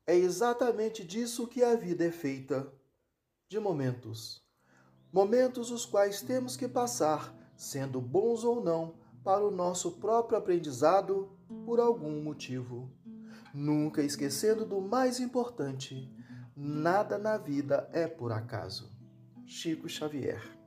É exatamente disso que a vida é feita, de momentos. Momentos os quais temos que passar, sendo bons ou não, para o nosso próprio aprendizado por algum motivo. Nunca esquecendo do mais importante: nada na vida é por acaso. Chico Xavier.